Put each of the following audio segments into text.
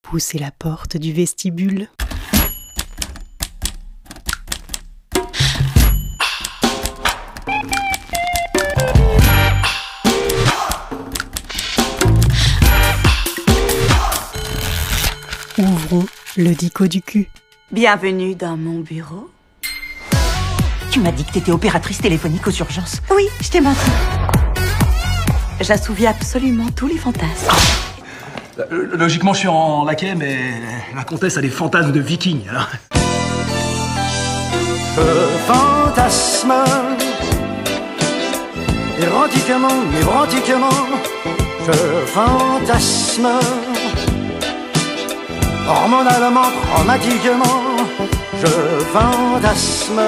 Poussez la porte du vestibule. Ouvrons le dico du cul. Bienvenue dans mon bureau. Tu m'as dit que t'étais opératrice téléphonique aux urgences. Oui, je t'ai menti. J'assouvis absolument tous les fantasmes. Logiquement, je suis en laquais, mais la comtesse a des fantasmes de vikings, alors. Je fantasme érotiquement, névrotiquement. Je fantasme hormonalement, traumatiquement. Je fantasme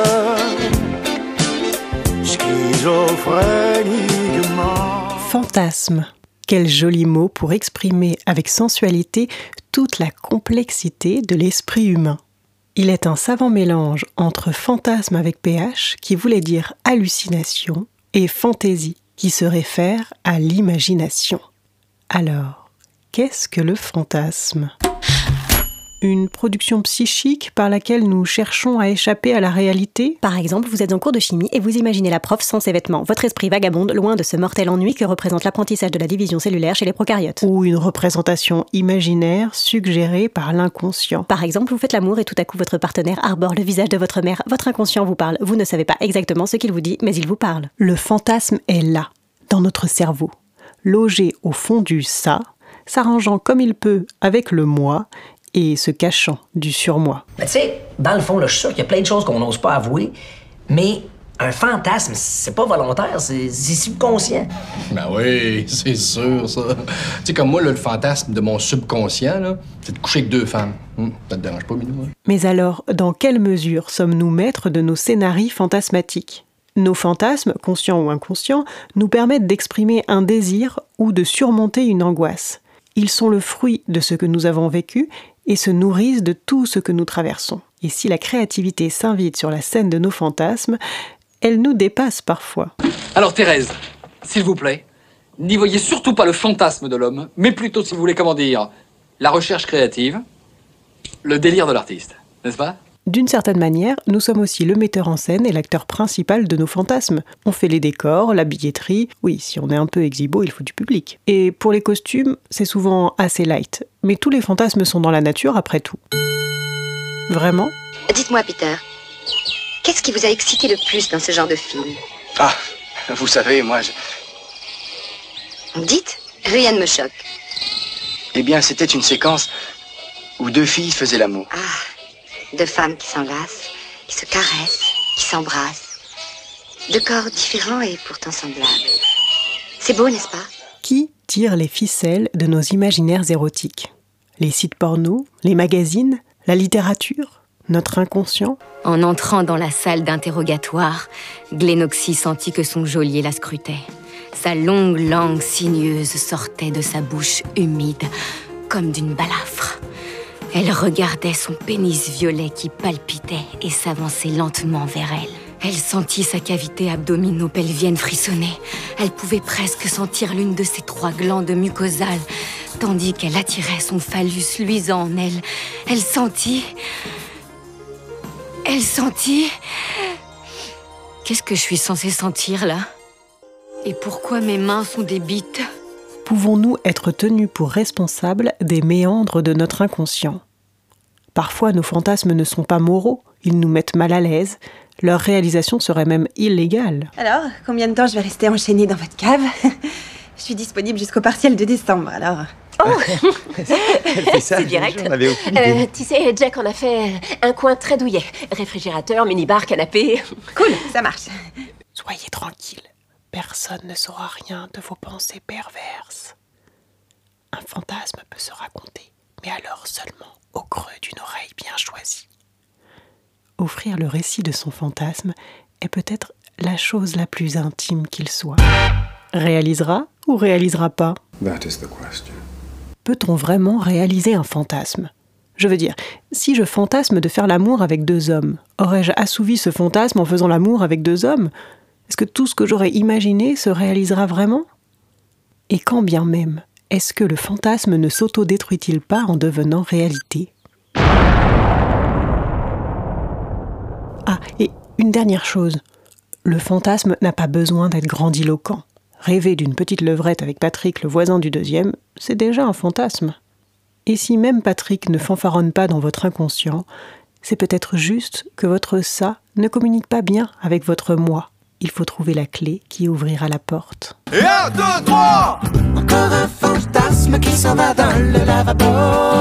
schizophréniquement. Fantasme. Quel joli mot pour exprimer avec sensualité toute la complexité de l'esprit humain. Il est un savant mélange entre fantasme avec PH, qui voulait dire hallucination, et fantaisie, qui se réfère à l'imagination. Alors, qu'est-ce que le fantasme ? Une production psychique par laquelle nous cherchons à échapper à la réalité ? Par exemple, vous êtes en cours de chimie et vous imaginez la prof sans ses vêtements. Votre esprit vagabonde loin de ce mortel ennui que représente l'apprentissage de la division cellulaire chez les prokaryotes. Ou une représentation imaginaire suggérée par l'inconscient. Par exemple, vous faites l'amour et tout à coup votre partenaire arbore le visage de votre mère. Votre inconscient vous parle. Vous ne savez pas exactement ce qu'il vous dit, mais il vous parle. Le fantasme est là, dans notre cerveau, logé au fond du ça, s'arrangeant comme il peut avec le moi, et se cachant du surmoi. Tu sais, dans le fond, là, je suis sûr qu'il y a plein de choses qu'on n'ose pas avouer, mais un fantasme, c'est pas volontaire, c'est subconscient. Ben oui, c'est sûr, ça. Tu sais, comme moi, là, le fantasme de mon subconscient, là, c'est de coucher avec 2 femmes. Ça te dérange pas, Minou? Hein? Mais alors, dans quelle mesure sommes-nous maîtres de nos scénarios fantasmatiques ? Nos fantasmes, conscients ou inconscients, nous permettent d'exprimer un désir ou de surmonter une angoisse. Ils sont le fruit de ce que nous avons vécu et se nourrissent de tout ce que nous traversons. Et si la créativité s'invite sur la scène de nos fantasmes, elle nous dépasse parfois. Alors Thérèse, s'il vous plaît, n'y voyez surtout pas le fantasme de l'homme, mais plutôt, si vous voulez, comment dire, la recherche créative, le délire de l'artiste, n'est-ce pas ? D'une certaine manière, nous sommes aussi le metteur en scène et l'acteur principal de nos fantasmes. On fait les décors, la billetterie. Oui, si on est un peu exhibo, il faut du public. Et pour les costumes, c'est souvent assez light. Mais tous les fantasmes sont dans la nature, après tout. Vraiment ? Dites-moi, Peter, qu'est-ce qui vous a excité le plus dans ce genre de film ? Ah, vous savez, moi, Dites, rien ne me choque. Eh bien, c'était une séquence où 2 filles faisaient l'amour. Ah, 2 femmes qui s'enlacent, qui se caressent, qui s'embrassent. 2 corps différents et pourtant semblables. C'est beau, n'est-ce pas ? Qui tire les ficelles de nos imaginaires érotiques ? Les sites porno, les magazines, la littérature, notre inconscient ? En entrant dans la salle d'interrogatoire, Glénoxie sentit que son geôlier la scrutait. Sa longue langue sinueuse sortait de sa bouche humide, comme d'une balafre. Elle regardait son pénis violet qui palpitait et s'avançait lentement vers elle. Elle sentit sa cavité abdominopelvienne frissonner. Elle pouvait presque sentir l'une de ses 3 glandes mucosales, tandis qu'elle attirait son phallus luisant en elle. Elle sentit... Qu'est-ce que je suis censée sentir, là ? Et pourquoi mes mains sont des bites ? Pouvons-nous être tenus pour responsables des méandres de notre inconscient ? Parfois, nos fantasmes ne sont pas moraux, ils nous mettent mal à l'aise, leur réalisation serait même illégale. Alors, combien de temps je vais rester enchaînée dans votre cave ? Je suis disponible jusqu'au partiel de décembre, alors... Oh C'est direct. On avait aucune idée. Tu sais, Jack en a fait un coin très douillet. Réfrigérateur, minibar, canapé. Cool, ça marche. Soyez tranquille, personne ne saura rien de vos pensées perverses. Un fantasme peut se raconter, mais alors seulement au creux d'une oreille bien choisie. Offrir le récit de son fantasme est peut-être la chose la plus intime qu'il soit. Réalisera ou réalisera pas ? That is the question. Peut-on vraiment réaliser un fantasme ? Je veux dire, si je fantasme de faire l'amour avec 2 hommes, aurais-je assouvi ce fantasme en faisant l'amour avec 2 hommes ? Est-ce que tout ce que j'aurais imaginé se réalisera vraiment ? Et quand bien même, est-ce que le fantasme ne s'auto-détruit-il pas en devenant réalité? Ah, et une dernière chose. Le fantasme n'a pas besoin d'être grandiloquent. Rêver d'une petite levrette avec Patrick, le voisin du deuxième, c'est déjà un fantasme. Et si même Patrick ne fanfaronne pas dans votre inconscient, c'est peut-être juste que votre ça ne communique pas bien avec votre moi. Il faut trouver la clé qui ouvrira la porte. Et 1, 2, 3! Encore un fantasme qui s'en va dans le lavabo.